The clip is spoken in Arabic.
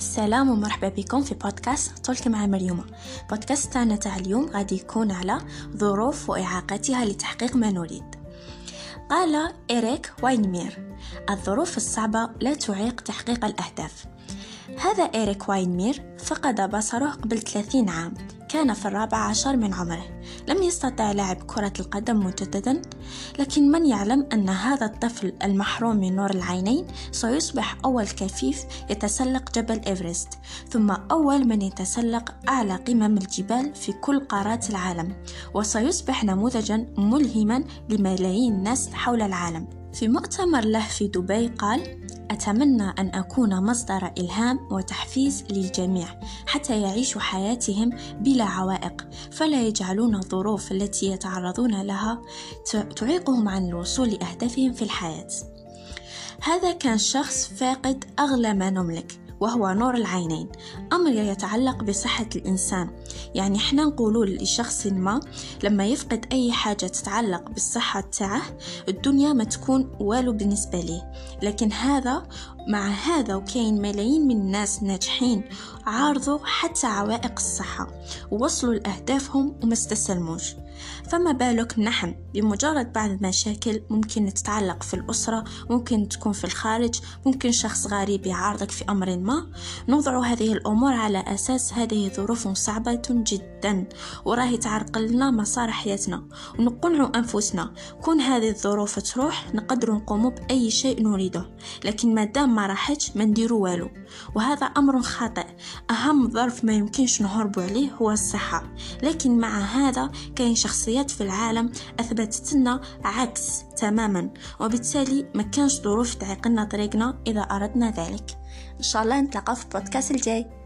السلام ومرحبا بكم في بودكاست تولك مع مريومة. بودكاست تاعنا تاع اليوم غادي يكون على ظروف وإعاقتها لتحقيق ما نريد. قال إريك واينمير: الظروف الصعبة لا تعيق تحقيق الأهداف. هذا إريك واينمير فقد بصره قبل 30 عام، كان في 14 من عمره، لم يستطع لعب كرة القدم مجددا، لكن من يعلم أن هذا الطفل المحروم من نور العينين سيصبح أول كفيف يتسلق جبل إيفرست، ثم أول من يتسلق أعلى قمم الجبال في كل قارات العالم، وسيصبح نموذجا ملهما لملايين الناس حول العالم. في مؤتمر له في دبي قال: أتمنى أن أكون مصدر إلهام وتحفيز للجميع حتى يعيشوا حياتهم بلا عوائق، فلا يجعلون الظروف التي يتعرضون لها تعيقهم عن الوصول لأهدافهم في الحياة. هذا كان شخص فاقد أغلى ما نملك، وهو نور العينين، أمر يتعلق بصحة الإنسان. يعني احنا نقولوا لشخص ما لما يفقد أي حاجة تتعلق بالصحة تاعه، الدنيا ما تكون والو بالنسبة ليه. لكن مع هذا وكاين ملايين من الناس ناجحين عارضوا حتى عوائق الصحة ووصلوا لأهدافهم وما استسلموش. فما بالك نحن بمجرد بعض المشاكل ممكن تتعلق في الأسرة، ممكن تكون في الخارج، ممكن شخص غريب يعارضك في أمر ما، نوضع هذه الأمور على أساس هذه ظروف صعبة جدا وراهي تعرق لنا مسار حياتنا، ونقنع أنفسنا كون هذه الظروف تروح نقدر نقوم بأي شيء نريده، لكن ما دام ما راحتش ما نديروا والو، وهذا أمر خاطئ. أهم ظرف ما يمكنش نهرب عليه هو الصحة، لكن مع هذا كاين شخصيات في العالم أثبتت لنا عكس تماما، وبالتالي ما كانش ظروف تعيقنا طريقنا إذا أردنا ذلك. إن شاء الله نتلاقى في البودكاست الجاي.